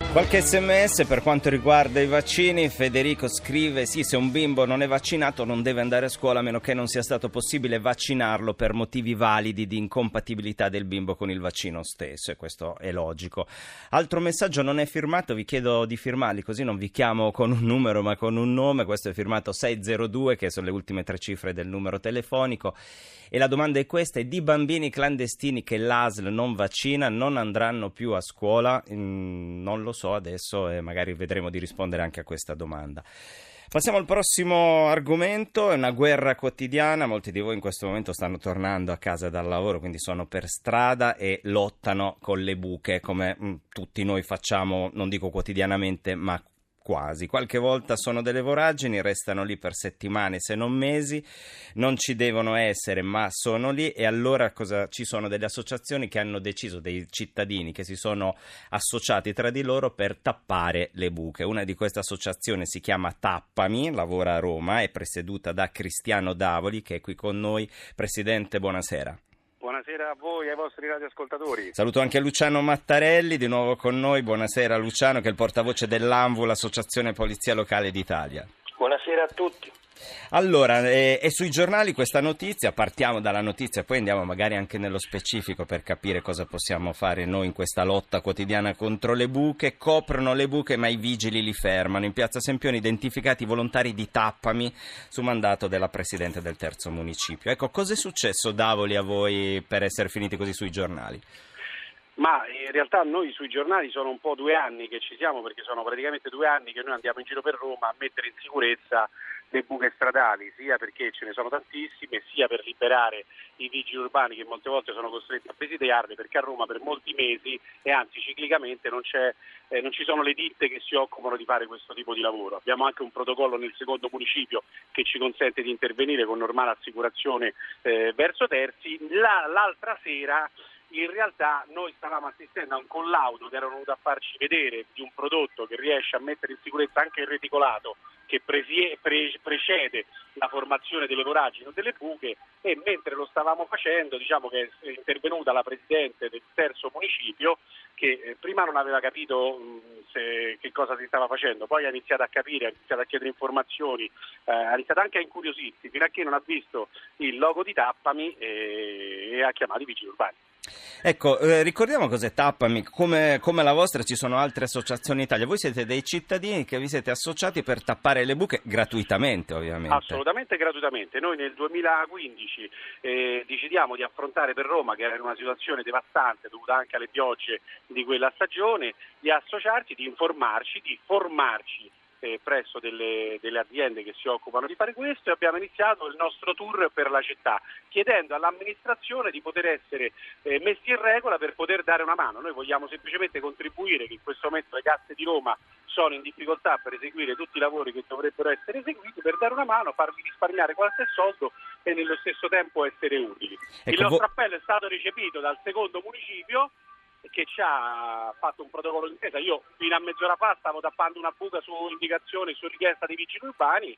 Qualche sms per quanto riguarda i vaccini. Federico scrive: sì, se un bimbo non è vaccinato non deve andare a scuola a meno che non sia stato possibile vaccinarlo per motivi validi di incompatibilità del bimbo con il vaccino stesso, e questo è logico. Altro messaggio non è firmato, vi chiedo di firmarli così non vi chiamo con un numero ma con un nome. Questo è firmato 602, che sono le ultime 3 cifre del numero telefonico, e la domanda è questa: di bambini clandestini che l'ASL non vaccina non andranno più a scuola? Non lo so adesso, e magari vedremo di rispondere anche a questa domanda. Passiamo al prossimo argomento. È una guerra quotidiana. Molti di voi in questo momento stanno tornando a casa dal lavoro, quindi sono per strada e lottano con le buche, come tutti noi facciamo, non dico quotidianamente, ma quasi. Qualche volta sono delle voragini, restano lì per settimane se non mesi, non ci devono essere ma sono lì, e allora ci sono delle associazioni che hanno deciso, dei cittadini che si sono associati tra di loro per tappare le buche. Una di queste associazioni si chiama Tappami, lavora a Roma, è presieduta da Cristiano Davoli, che è qui con noi. Presidente, buonasera. Buonasera a voi e ai vostri radioascoltatori. Saluto anche Luciano Mattarelli, di nuovo con noi. Buonasera Luciano, che è il portavoce dell'ANVU, l'Associazione Polizia Locale d'Italia. Buonasera a tutti. Allora, è sui giornali questa notizia, partiamo dalla notizia, poi andiamo magari anche nello specifico per capire cosa possiamo fare noi in questa lotta quotidiana contro le buche. Coprono le buche ma i vigili li fermano. In piazza Sempione identificati i volontari di Tappami su mandato della Presidente del Terzo Municipio. Ecco, cos'è successo, Davoli, a voi per essere finiti così sui giornali? Ma in realtà noi sui giornali sono un po' 2 anni che ci siamo, perché sono praticamente 2 anni che noi andiamo in giro per Roma a mettere in sicurezza le buche stradali, sia perché ce ne sono tantissime, sia per liberare i vigili urbani che molte volte sono costretti a presidiarle, perché a Roma per molti mesi, e anzi ciclicamente, non ci sono le ditte che si occupano di fare questo tipo di lavoro. Abbiamo anche un protocollo nel secondo municipio che ci consente di intervenire con normale assicurazione verso terzi. L'altra sera in realtà noi stavamo assistendo a un collaudo che era venuto a farci vedere di un prodotto che riesce a mettere in sicurezza anche il reticolato che precede la formazione delle voragini o delle buche, e mentre lo stavamo facendo, diciamo che è intervenuta la Presidente del terzo municipio, che prima non aveva capito che cosa si stava facendo, poi ha iniziato a capire, ha iniziato a chiedere informazioni, ha iniziato anche a incuriosirsi, fino a che non ha visto il logo di Tappami e ha chiamato i vigili urbani. Ecco, ricordiamo cos'è Tappami. Come la vostra ci sono altre associazioni in Italia. Voi siete dei cittadini che vi siete associati per tappare le buche gratuitamente, ovviamente. Assolutamente gratuitamente. Noi nel 2015 decidiamo di affrontare per Roma, che era in una situazione devastante dovuta anche alle piogge di quella stagione, di associarci, di informarci, di formarci presso delle aziende che si occupano di fare questo, e abbiamo iniziato il nostro tour per la città, chiedendo all'amministrazione di poter essere messi in regola per poter dare una mano. Noi vogliamo semplicemente contribuire, che in questo momento le casse di Roma sono in difficoltà per eseguire tutti i lavori che dovrebbero essere eseguiti, per dare una mano, farvi risparmiare qualche soldo e nello stesso tempo essere utili. Ecco, il nostro appello è stato recepito dal secondo municipio, che ci ha fatto un protocollo d'intesa. Io fino a mezz'ora fa stavo tappando una buca su indicazione, su richiesta dei vigili urbani,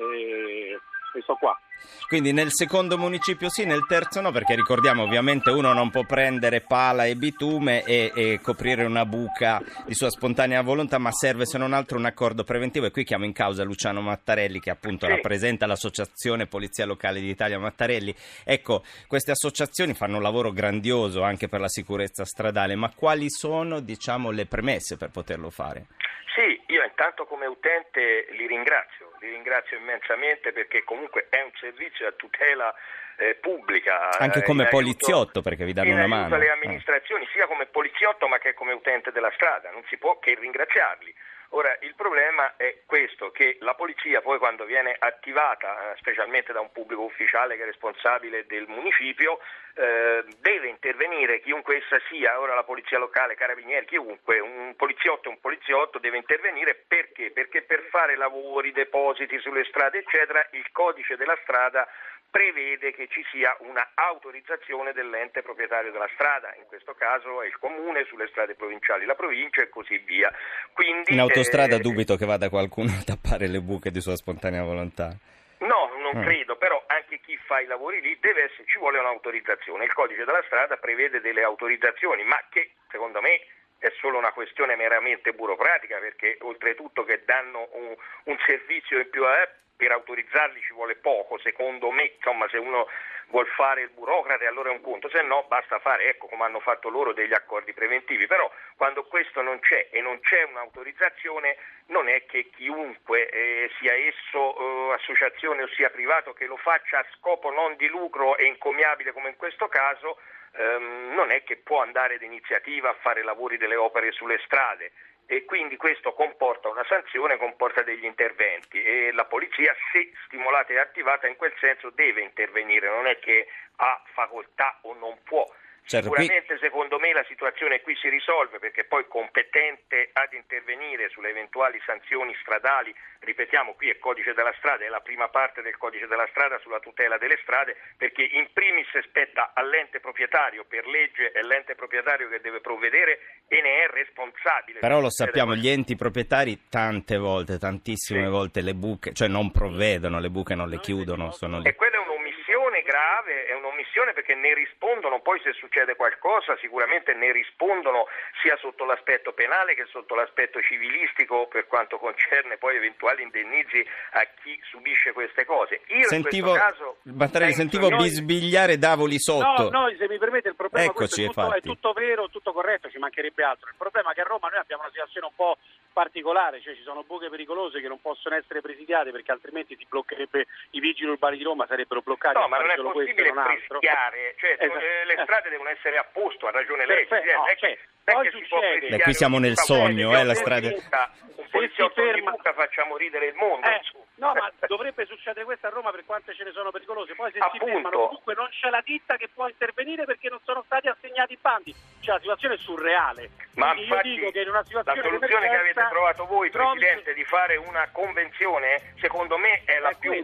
e sto qua. Quindi nel secondo municipio sì, nel terzo no, perché ricordiamo ovviamente uno non può prendere pala e bitume e coprire una buca di sua spontanea volontà, ma serve se non altro un accordo preventivo, e qui chiamo in causa Luciano Mattarelli, che appunto rappresenta l'Associazione Polizia Locale d'Italia. Mattarelli, ecco, queste associazioni fanno un lavoro grandioso anche per la sicurezza stradale, ma quali sono, diciamo, le premesse per poterlo fare? Sì, io intanto come utente li ringrazio immensamente, perché comunque è un servizio a tutela pubblica. Anche come poliziotto, perché vi danno una mano. Alle amministrazioni, sia come poliziotto ma che come utente della strada, non si può che ringraziarli. Ora, il problema è questo, che la polizia poi, quando viene attivata, specialmente da un pubblico ufficiale che è responsabile del municipio, deve intervenire, chiunque essa sia, ora la polizia locale, carabinieri, chiunque, un poliziotto deve intervenire. Perché? Perché per fare lavori, depositi sulle strade, eccetera, il codice della strada prevede che ci sia una autorizzazione dell'ente proprietario della strada, in questo caso è il comune, sulle strade provinciali la provincia e così via. Quindi, in autostrada dubito che vada qualcuno a tappare le buche di sua spontanea volontà. No, non credo, però anche chi fa i lavori lì ci vuole un'autorizzazione. Il codice della strada prevede delle autorizzazioni, ma che secondo me è solo una questione meramente burocratica, perché oltretutto che danno un servizio in più per autorizzarli ci vuole poco, secondo me. Insomma, se uno vuol fare il burocrate allora è un conto, se no basta fare, come hanno fatto loro, degli accordi preventivi. Però quando questo non c'è e non c'è un'autorizzazione, non è che chiunque, sia esso associazione o sia privato, che lo faccia a scopo non di lucro e encomiabile come in questo caso, non è che può andare d'iniziativa a fare lavori delle opere sulle strade, e quindi questo comporta una sanzione, comporta degli interventi, e la polizia, se stimolata e attivata in quel senso, deve intervenire, non è che ha facoltà o non può. Certo, Sicuramente secondo me la situazione qui si risolve, perché poi competente ad intervenire sulle eventuali sanzioni stradali, ripetiamo, qui è codice della strada, è la prima parte del codice della strada sulla tutela delle strade, perché in primis spetta all'ente proprietario, per legge è l'ente proprietario che deve provvedere e ne è responsabile. Però lo sappiamo, gli enti proprietari tante volte, tantissime volte le buche, cioè non provvedono, le buche non le chiudono, sono lì. E quella è un'omissione grave, è un'omissione perché ne rispondono poi, se succede qualcosa, sicuramente ne rispondono sia sotto l'aspetto penale che sotto l'aspetto civilistico, per quanto concerne poi eventuali indennizzi a chi subisce queste cose. Io Sentivo, in questo caso Battarelli, sentivo bisbigliare Davoli sotto. No, se mi permette, il problema è tutto vero, tutto corretto, ci mancherebbe altro. Il problema è che a Roma noi abbiamo una situazione un po' particolare, cioè ci sono buche pericolose che non possono essere presidiate, perché altrimenti si bloccherebbe, i vigili urbani di Roma sarebbero bloccati. No, ma non è possibile presidiare, cioè le strade devono essere a posto, ha ragione lei. Poi succede. Qui siamo nel sogno, la strada. Un poliziotto di buca facciamo ridere il mondo. No, ma dovrebbe succedere questo a Roma per quante ce ne sono pericolose. Poi se si fermano, comunque non c'è la ditta che può intervenire perché non sono stati assegnati i bandi. Cioè la situazione è surreale. Ma quindi io dico che in una situazione la soluzione che avete trovato voi, Presidente, di fare una convenzione, secondo me è la più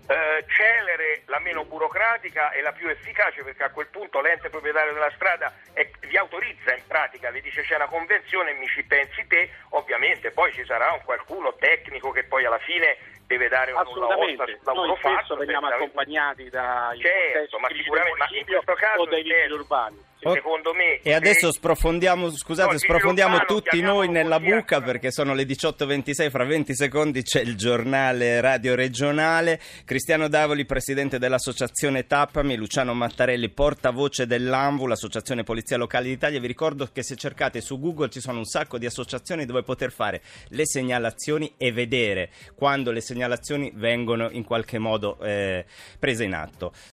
celere, la meno burocratica e la più efficace, perché a quel punto l'ente proprietario della strada vi autorizza, in pratica vi dice c'è una convenzione, mi ci pensi te. Ovviamente poi ci sarà un qualcuno tecnico che poi alla fine deve dare un nulla sul lavoro fatto. Noi spesso veniamo accompagnati dai ma sicuramente, ma in questo caso o dai vigili urbani. Secondo me. E adesso sprofondiamo tutti noi nella buca, perché sono le 18:26, fra 20 secondi c'è il giornale radio regionale. Cristiano Davoli, presidente dell'associazione Tappami, Luciano Mattarelli, portavoce dell'ANVU, l'associazione Polizia Locale d'Italia. Vi ricordo che se cercate su Google ci sono un sacco di associazioni dove poter fare le segnalazioni e vedere quando le segnalazioni vengono in qualche modo prese in atto.